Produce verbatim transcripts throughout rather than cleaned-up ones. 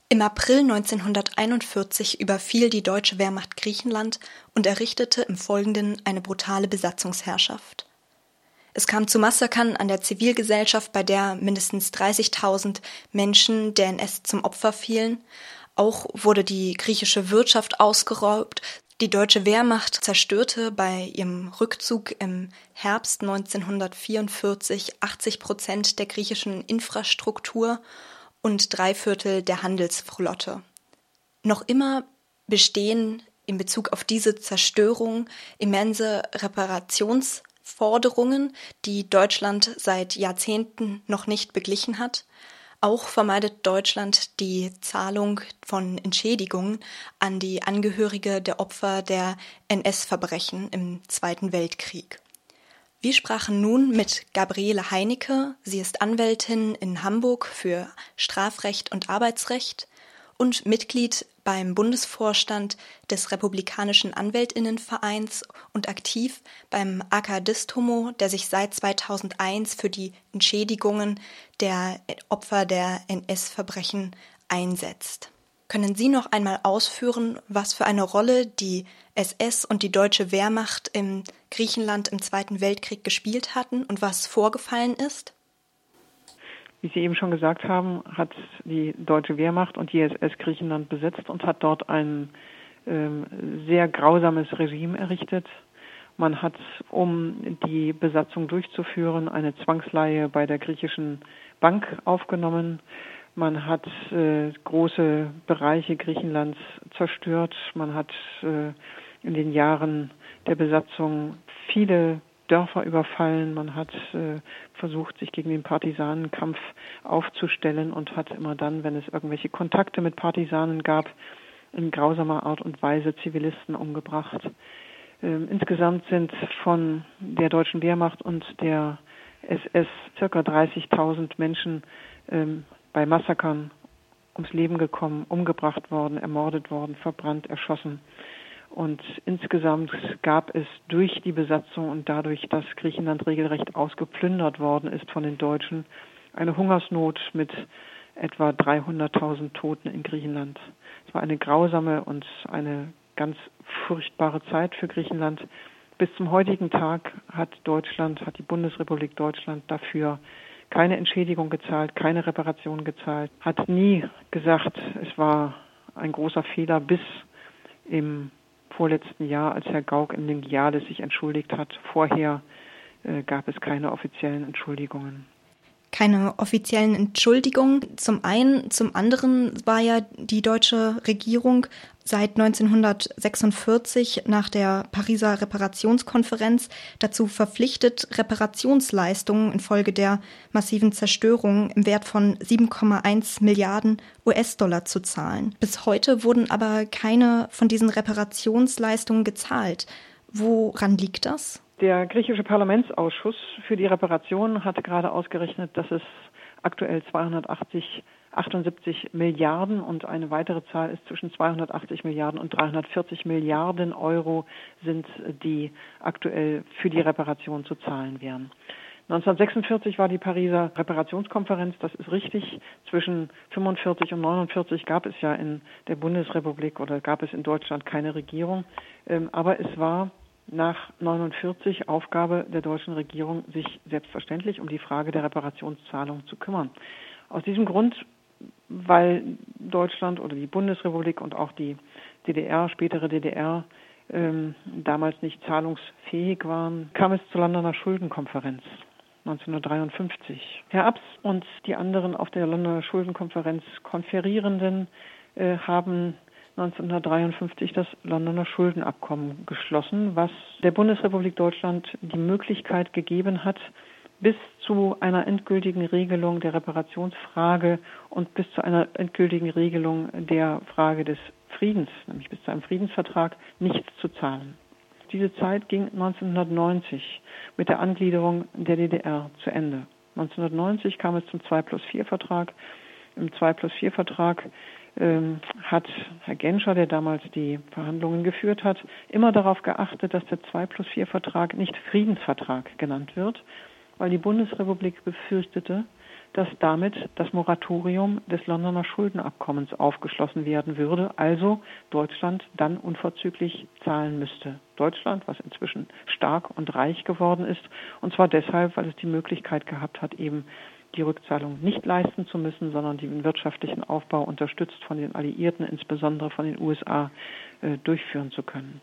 Im April neunzehnhunderteinundvierzig überfiel die deutsche Wehrmacht Griechenland und errichtete im Folgenden eine brutale Besatzungsherrschaft. Es kam zu Massakern an der Zivilgesellschaft, bei der mindestens dreißigtausend Menschen der N S zum Opfer fielen. Auch wurde die griechische Wirtschaft ausgeraubt. Die deutsche Wehrmacht zerstörte bei ihrem Rückzug im Herbst neunzehnhundertvierundvierzig achtzig Prozent der griechischen Infrastruktur und drei Viertel der Handelsflotte. Noch immer bestehen in Bezug auf diese Zerstörung immense Reparationsforderungen, die Deutschland seit Jahrzehnten noch nicht beglichen hat. Auch vermeidet Deutschland die Zahlung von Entschädigungen an die Angehörige der Opfer der N S-Verbrechen im Zweiten Weltkrieg. Wir sprachen nun mit Gabriele Heinecke. Sie ist Anwältin in Hamburg für Strafrecht und Arbeitsrecht und Mitglied beim Bundesvorstand des Republikanischen Anwältinnenvereins und aktiv beim A K Distomo, der sich seit zweitausendeins für die Entschädigungen der Opfer der N S-Verbrechen einsetzt. Können Sie noch einmal ausführen, was für eine Rolle die S S und die deutsche Wehrmacht in Griechenland im Zweiten Weltkrieg gespielt hatten und was vorgefallen ist? Wie Sie eben schon gesagt haben, hat die deutsche Wehrmacht und die S S Griechenland besetzt und hat dort ein ähm, sehr grausames Regime errichtet. Man hat, um die Besatzung durchzuführen, eine Zwangsleihe bei der griechischen Bank aufgenommen. Man hat äh, große Bereiche Griechenlands zerstört. Man hat äh, in den Jahren der Besatzung viele Dörfer überfallen. Man hat äh, versucht, sich gegen den Partisanenkampf aufzustellen und hat immer dann, wenn es irgendwelche Kontakte mit Partisanen gab, in grausamer Art und Weise Zivilisten umgebracht. Ähm, insgesamt sind von der deutschen Wehrmacht und der S S circa dreißigtausend Menschen ähm, bei Massakern ums Leben gekommen, umgebracht worden, ermordet worden, verbrannt, erschossen. Und insgesamt gab es durch die Besatzung und dadurch, dass Griechenland regelrecht ausgeplündert worden ist von den Deutschen, eine Hungersnot mit etwa dreihunderttausend Toten in Griechenland. Es war eine grausame und eine ganz furchtbare Zeit für Griechenland. Bis zum heutigen Tag hat Deutschland, hat die Bundesrepublik Deutschland dafür keine Entschädigung gezahlt, keine Reparation gezahlt, hat nie gesagt, es war ein großer Fehler, bis im vorletzten Jahr, als Herr Gauck in Lingiales sich entschuldigt hat. Vorher äh, gab es keine offiziellen Entschuldigungen. Keine offiziellen Entschuldigungen. Zum einen, zum anderen war ja die deutsche Regierung seit neunzehnhundertsechsundvierzig nach der Pariser Reparationskonferenz dazu verpflichtet, Reparationsleistungen infolge der massiven Zerstörung im Wert von sieben Komma eins Milliarden U S-Dollar zu zahlen. Bis heute wurden aber keine von diesen Reparationsleistungen gezahlt. Woran liegt das? Der griechische Parlamentsausschuss für die Reparation hat gerade ausgerechnet, dass es aktuell zweihundertachtundsiebzig Milliarden und eine weitere Zahl ist zwischen zweihundertachtzig Milliarden und dreihundertvierzig Milliarden Euro sind, die aktuell für die Reparation zu zahlen wären. neunzehnhundertsechsundvierzig war die Pariser Reparationskonferenz, das ist richtig. Zwischen fünfundvierzig und neunundvierzig gab es ja in der Bundesrepublik oder gab es in Deutschland keine Regierung, aber es war nach neunundvierzig Aufgabe der deutschen Regierung, sich selbstverständlich um die Frage der Reparationszahlung zu kümmern. Aus diesem Grund, weil Deutschland oder die Bundesrepublik und auch die D D R, spätere D D R, ähm, damals nicht zahlungsfähig waren, kam es zur Londoner Schuldenkonferenz neunzehnhundertdreiundfünfzig. Herr Abs und die anderen auf der Londoner Schuldenkonferenz Konferierenden äh, haben neunzehnhundertdreiundfünfzig das Londoner Schuldenabkommen geschlossen, was der Bundesrepublik Deutschland die Möglichkeit gegeben hat, bis zu einer endgültigen Regelung der Reparationsfrage und bis zu einer endgültigen Regelung der Frage des Friedens, nämlich bis zu einem Friedensvertrag, nichts zu zahlen. Diese Zeit ging neunzehnhundertneunzig mit der Angliederung der D D R zu Ende. neunzehnhundertneunzig kam es zum zwei plus vier Vertrag. Im zwei plus vier Vertrag ähm, hat Herr Genscher, der damals die Verhandlungen geführt hat, immer darauf geachtet, dass der zwei plus vier Vertrag nicht Friedensvertrag genannt wird, weil die Bundesrepublik befürchtete, dass damit das Moratorium des Londoner Schuldenabkommens aufgeschlossen werden würde, also Deutschland dann unverzüglich zahlen müsste. Deutschland, was inzwischen stark und reich geworden ist, und zwar deshalb, weil es die Möglichkeit gehabt hat, eben die Rückzahlung nicht leisten zu müssen, sondern den wirtschaftlichen Aufbau unterstützt von den Alliierten, insbesondere von den U S A, äh, durchführen zu können.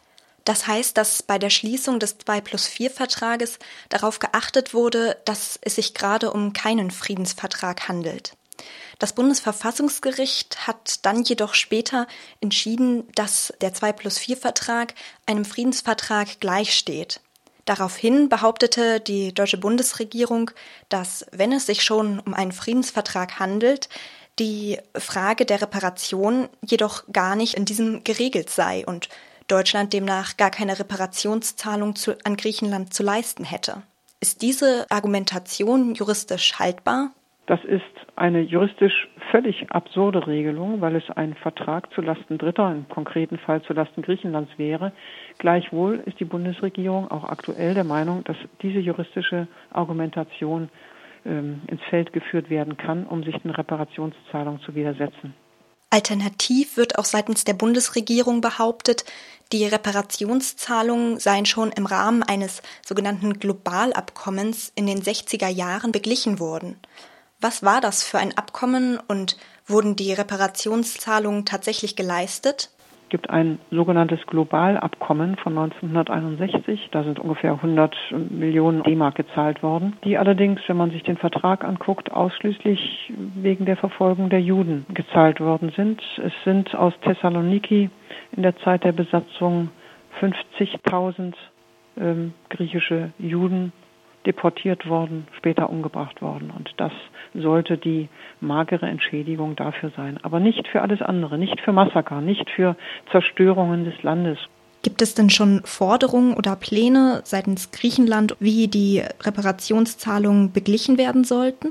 Das heißt, dass bei der Schließung des zwei plus vier Vertrages darauf geachtet wurde, dass es sich gerade um keinen Friedensvertrag handelt. Das Bundesverfassungsgericht hat dann jedoch später entschieden, dass der zwei plus vier Vertrag einem Friedensvertrag gleichsteht. Daraufhin behauptete die deutsche Bundesregierung, dass, wenn es sich schon um einen Friedensvertrag handelt, die Frage der Reparation jedoch gar nicht in diesem geregelt sei und Deutschland demnach gar keine Reparationszahlung zu, an Griechenland zu leisten hätte. Ist diese Argumentation juristisch haltbar? Das ist eine juristisch völlig absurde Regelung, weil es ein Vertrag zulasten Dritter, im konkreten Fall zulasten Griechenlands wäre. Gleichwohl ist die Bundesregierung auch aktuell der Meinung, dass diese juristische Argumentation ähm, ins Feld geführt werden kann, um sich den Reparationszahlungen zu widersetzen. Alternativ wird auch seitens der Bundesregierung behauptet, die Reparationszahlungen seien schon im Rahmen eines sogenannten Globalabkommens in den sechziger Jahren beglichen worden. Was war das für ein Abkommen und wurden die Reparationszahlungen tatsächlich geleistet? Es gibt ein sogenanntes Globalabkommen von neunzehnhunderteinundsechzig. Da sind ungefähr hundert Millionen D-Mark gezahlt worden, die allerdings, wenn man sich den Vertrag anguckt, ausschließlich wegen der Verfolgung der Juden gezahlt worden sind. Es sind aus Thessaloniki in der Zeit der Besatzung fünfzigtausend ähm, griechische Juden deportiert worden, später umgebracht worden. Und das sollte die magere Entschädigung dafür sein. Aber nicht für alles andere, nicht für Massaker, nicht für Zerstörungen des Landes. Gibt es denn schon Forderungen oder Pläne seitens Griechenland, wie die Reparationszahlungen beglichen werden sollten?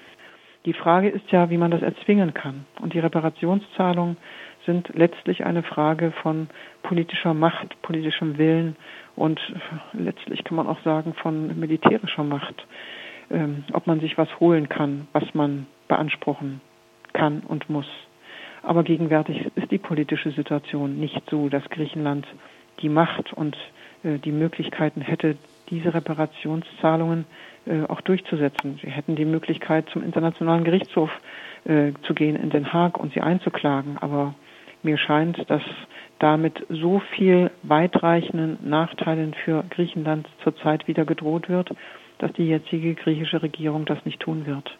Die Frage ist ja, wie man das erzwingen kann. Und die Reparationszahlungen sind letztlich eine Frage von politischer Macht, politischem Willen und letztlich kann man auch sagen von militärischer Macht, ähm, ob man sich was holen kann, was man beanspruchen kann und muss. Aber gegenwärtig ist die politische Situation nicht so, dass Griechenland die Macht und äh, die Möglichkeiten hätte, diese Reparationszahlungen äh, auch durchzusetzen. Sie hätten die Möglichkeit, zum Internationalen Gerichtshof äh, zu gehen in Den Haag und sie einzuklagen, aber mir scheint, dass damit so viel weitreichenden Nachteilen für Griechenland zurzeit wieder gedroht wird, dass die jetzige griechische Regierung das nicht tun wird.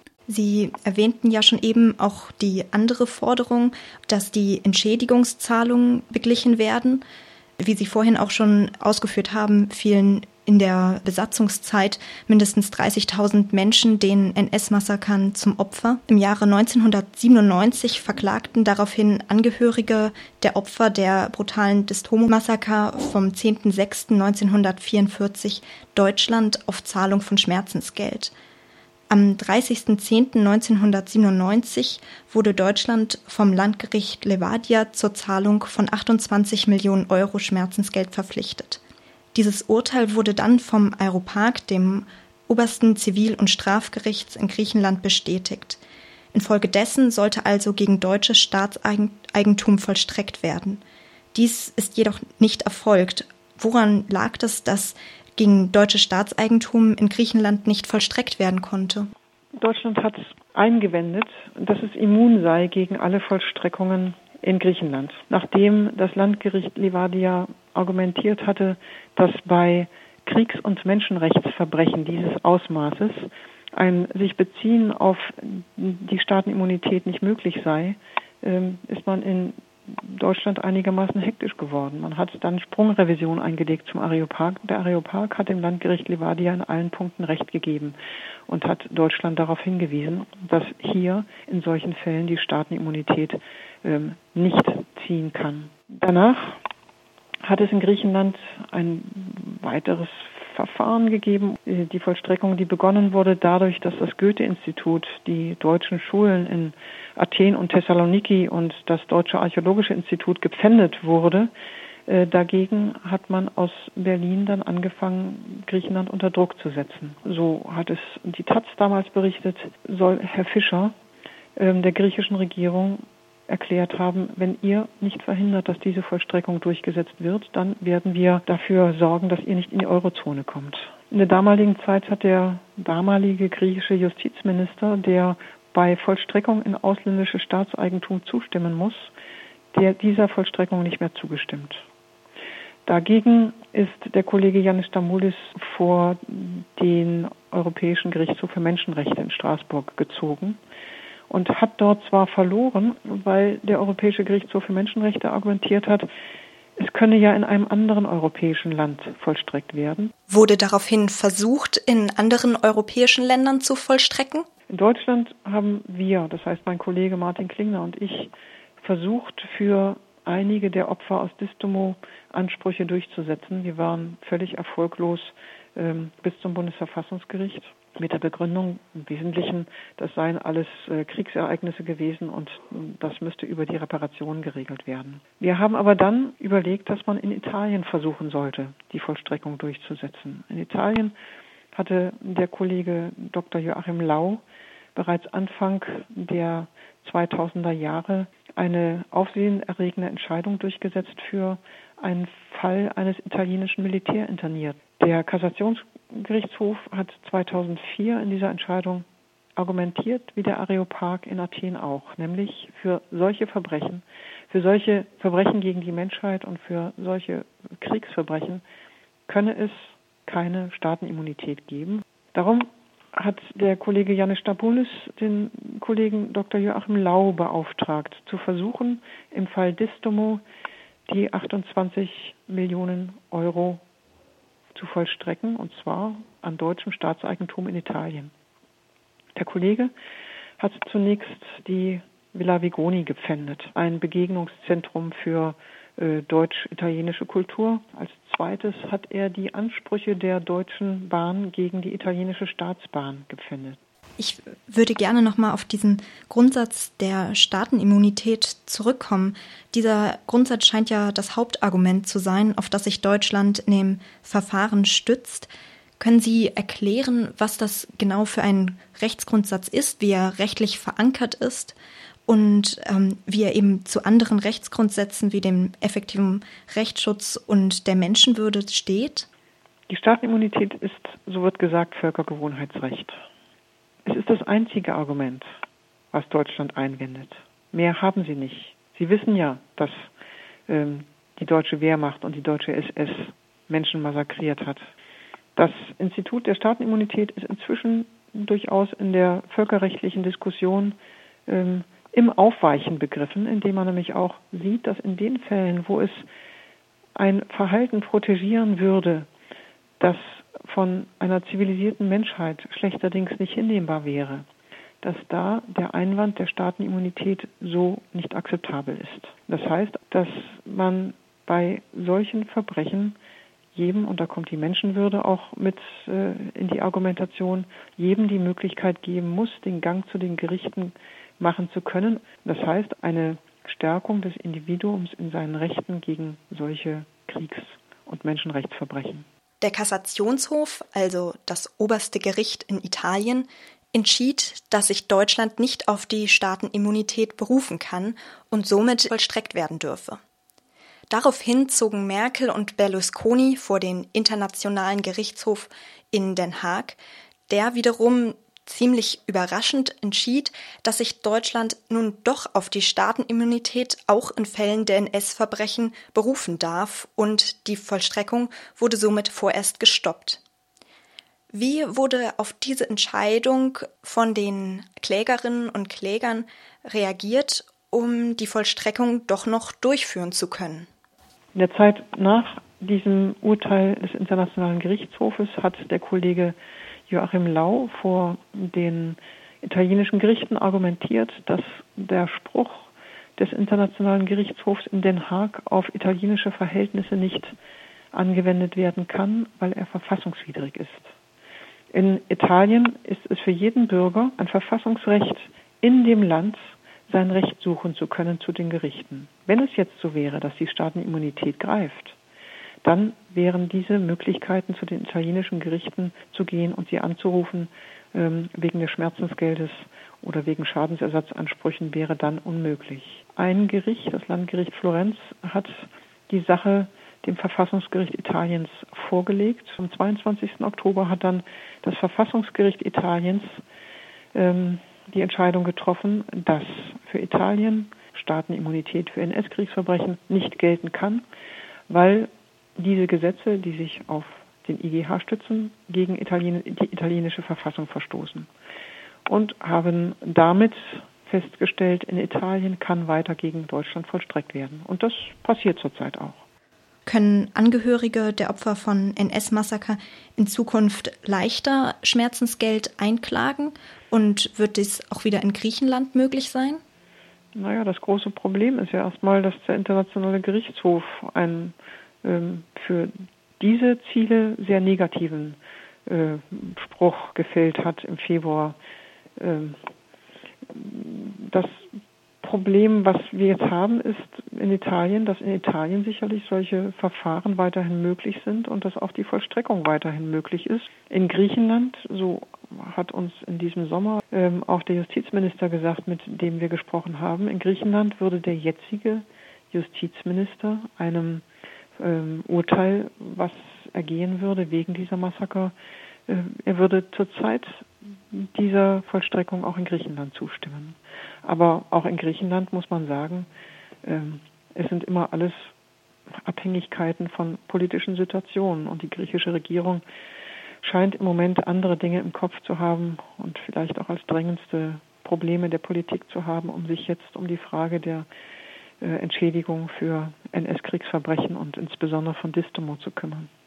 Sie erwähnten ja schon eben auch die andere Forderung, dass die Entschädigungszahlungen beglichen werden. Wie Sie vorhin auch schon ausgeführt haben, fielen in der Besatzungszeit mindestens dreißigtausend Menschen den N S-Massakern zum Opfer. Im Jahre neunzehnhundertsiebenundneunzig verklagten daraufhin Angehörige der Opfer der brutalen Distomo-Massaker vom zehnten sechsten neunzehnhundertvierundvierzig Deutschland auf Zahlung von Schmerzensgeld. Am dreißigsten zehnten neunzehnhundertsiebenundneunzig wurde Deutschland vom Landgericht Levadia zur Zahlung von achtundzwanzig Millionen Euro Schmerzensgeld verpflichtet. Dieses Urteil wurde dann vom Areopag, dem obersten Zivil- und Strafgerichts in Griechenland, bestätigt. Infolgedessen sollte also gegen deutsches Staatseigentum vollstreckt werden. Dies ist jedoch nicht erfolgt. Woran lag es, dass gegen deutsches Staatseigentum in Griechenland nicht vollstreckt werden konnte? Deutschland hat eingewendet, dass es immun sei gegen alle Vollstreckungen in Griechenland. Nachdem das Landgericht Levadia argumentiert hatte, dass bei Kriegs- und Menschenrechtsverbrechen dieses Ausmaßes ein sich beziehen auf die Staatenimmunität nicht möglich sei, ist man in Deutschland einigermaßen hektisch geworden. Man hat dann Sprungrevision eingelegt zum Areopag. Der Areopag hat dem Landgericht Levadia in allen Punkten Recht gegeben und hat Deutschland darauf hingewiesen, dass hier in solchen Fällen die Staatenimmunität ähm, nicht ziehen kann. Danach hat es in Griechenland ein weiteres Verfahren gegeben, die Vollstreckung, die begonnen wurde dadurch, dass das Goethe-Institut, die deutschen Schulen in Athen und Thessaloniki und das Deutsche Archäologische Institut gepfändet wurde, Äh, dagegen hat man aus Berlin dann angefangen, Griechenland unter Druck zu setzen. So hat es die Taz damals berichtet, soll Herr Fischer äh, der griechischen Regierung erklärt haben, wenn ihr nicht verhindert, dass diese Vollstreckung durchgesetzt wird, dann werden wir dafür sorgen, dass ihr nicht in die Eurozone kommt. In der damaligen Zeit hat der damalige griechische Justizminister, der bei Vollstreckung in ausländisches Staatseigentum zustimmen muss, der dieser Vollstreckung nicht mehr zugestimmt. Dagegen ist der Kollege Yannis Stamoulis vor den Europäischen Gerichtshof für Menschenrechte in Straßburg gezogen und hat dort zwar verloren, weil der Europäische Gerichtshof für Menschenrechte argumentiert hat, es könne ja in einem anderen europäischen Land vollstreckt werden. Wurde daraufhin versucht, in anderen europäischen Ländern zu vollstrecken? In Deutschland haben wir, das heißt mein Kollege Martin Klingner und ich, versucht, für einige der Opfer aus Distomo Ansprüche durchzusetzen. Wir waren völlig erfolglos ähm, bis zum Bundesverfassungsgericht mit der Begründung im Wesentlichen, das seien alles äh, Kriegsereignisse gewesen und äh, das müsste über die Reparationen geregelt werden. Wir haben aber dann überlegt, dass man in Italien versuchen sollte, die Vollstreckung durchzusetzen. In Italien hatte der Kollege Doktor Joachim Lau bereits Anfang der zweitausender Jahre eine aufsehenerregende Entscheidung durchgesetzt für einen Fall eines italienischen Militärinterniert. Der Kassationsgerichtshof hat zweitausendvier in dieser Entscheidung argumentiert, wie der Areopag in Athen auch, nämlich für solche Verbrechen, für solche Verbrechen gegen die Menschheit und für solche Kriegsverbrechen könne es keine Staatenimmunität geben. Darum hat der Kollege Yannis Stamoulis den Kollegen Doktor Joachim Lau beauftragt, zu versuchen, im Fall Distomo die achtundzwanzig Millionen Euro zu vollstrecken, und zwar an deutschem Staatseigentum in Italien. Der Kollege hat zunächst die Villa Vigoni gepfändet, ein Begegnungszentrum für äh, deutsch-italienische Kultur. Als zweites hat er die Ansprüche der Deutschen Bahn gegen die italienische Staatsbahn gepfändet. Ich würde gerne nochmal auf diesen Grundsatz der Staatenimmunität zurückkommen. Dieser Grundsatz scheint ja das Hauptargument zu sein, auf das sich Deutschland in dem Verfahren stützt. Können Sie erklären, was das genau für ein Rechtsgrundsatz ist, wie er rechtlich verankert ist und ähm, wie er eben zu anderen Rechtsgrundsätzen wie dem effektiven Rechtsschutz und der Menschenwürde steht? Die Staatenimmunität ist, so wird gesagt, Völkergewohnheitsrecht. Es ist das einzige Argument, was Deutschland einwendet. Mehr haben sie nicht. Sie wissen ja, dass ähm, die deutsche Wehrmacht und die deutsche S S Menschen massakriert hat. Das Institut der Staatenimmunität ist inzwischen durchaus in der völkerrechtlichen Diskussion ähm, im Aufweichen begriffen, indem man nämlich auch sieht, dass in den Fällen, wo es ein Verhalten protegieren würde, das von einer zivilisierten Menschheit schlechterdings nicht hinnehmbar wäre, dass da der Einwand der Staatenimmunität so nicht akzeptabel ist. Das heißt, dass man bei solchen Verbrechen jedem, und da kommt die Menschenwürde auch mit äh, in die Argumentation, jedem die Möglichkeit geben muss, den Gang zu den Gerichten machen zu können. Das heißt, eine Stärkung des Individuums in seinen Rechten gegen solche Kriegs- und Menschenrechtsverbrechen. Der Kassationshof, also das oberste Gericht in Italien, entschied, dass sich Deutschland nicht auf die Staatenimmunität berufen kann und somit vollstreckt werden dürfe. Daraufhin zogen Merkel und Berlusconi vor den Internationalen Gerichtshof in Den Haag, der wiederum ziemlich überraschend entschied, dass sich Deutschland nun doch auf die Staatenimmunität auch in Fällen der N S-Verbrechen berufen darf und die Vollstreckung wurde somit vorerst gestoppt. Wie wurde auf diese Entscheidung von den Klägerinnen und Klägern reagiert, um die Vollstreckung doch noch durchführen zu können? In der Zeit nach diesem Urteil des Internationalen Gerichtshofes hat der Kollege Joachim Lau vor den italienischen Gerichten argumentiert, dass der Spruch des Internationalen Gerichtshofs in Den Haag auf italienische Verhältnisse nicht angewendet werden kann, weil er verfassungswidrig ist. In Italien ist es für jeden Bürger ein Verfassungsrecht, in dem Land sein Recht suchen zu können zu den Gerichten. Wenn es jetzt so wäre, dass die Staatenimmunität greift, dann wären diese Möglichkeiten, zu den italienischen Gerichten zu gehen und sie anzurufen, ähm, wegen des Schmerzensgeldes oder wegen Schadensersatzansprüchen, wäre dann unmöglich. Ein Gericht, das Landgericht Florenz, hat die Sache dem Verfassungsgericht Italiens vorgelegt. Am zweiundzwanzigsten Oktober hat dann das Verfassungsgericht Italiens ähm, die Entscheidung getroffen, dass für Italien Staatenimmunität für N S-Kriegsverbrechen nicht gelten kann, weil diese Gesetze, die sich auf den I G H stützen, gegen Italien, die italienische Verfassung verstoßen. Und haben damit festgestellt, in Italien kann weiter gegen Deutschland vollstreckt werden. Und das passiert zurzeit auch. Können Angehörige der Opfer von N S-Massaker in Zukunft leichter Schmerzensgeld einklagen? Und wird dies auch wieder in Griechenland möglich sein? Naja, das große Problem ist ja erstmal, dass der Internationale Gerichtshof einen ähm, für diese Ziele sehr negativen äh, Spruch gefällt hat im Februar. Ähm, das Problem, was wir jetzt haben, ist in Italien, dass in Italien sicherlich solche Verfahren weiterhin möglich sind und dass auch die Vollstreckung weiterhin möglich ist. In Griechenland, so hat uns in diesem Sommer ähm, auch der Justizminister gesagt, mit dem wir gesprochen haben, in Griechenland würde der jetzige Justizminister einem ähm, Urteil, was ergehen würde wegen dieser Massaker, äh, er würde zurzeit dieser Vollstreckung auch in Griechenland zustimmen. Aber auch in Griechenland muss man sagen, äh, es sind immer alles Abhängigkeiten von politischen Situationen und die griechische Regierung scheint im Moment andere Dinge im Kopf zu haben und vielleicht auch als drängendste Probleme der Politik zu haben, um sich jetzt um die Frage der äh, Entschädigung für N S-Kriegsverbrechen und insbesondere von Distemo zu kümmern.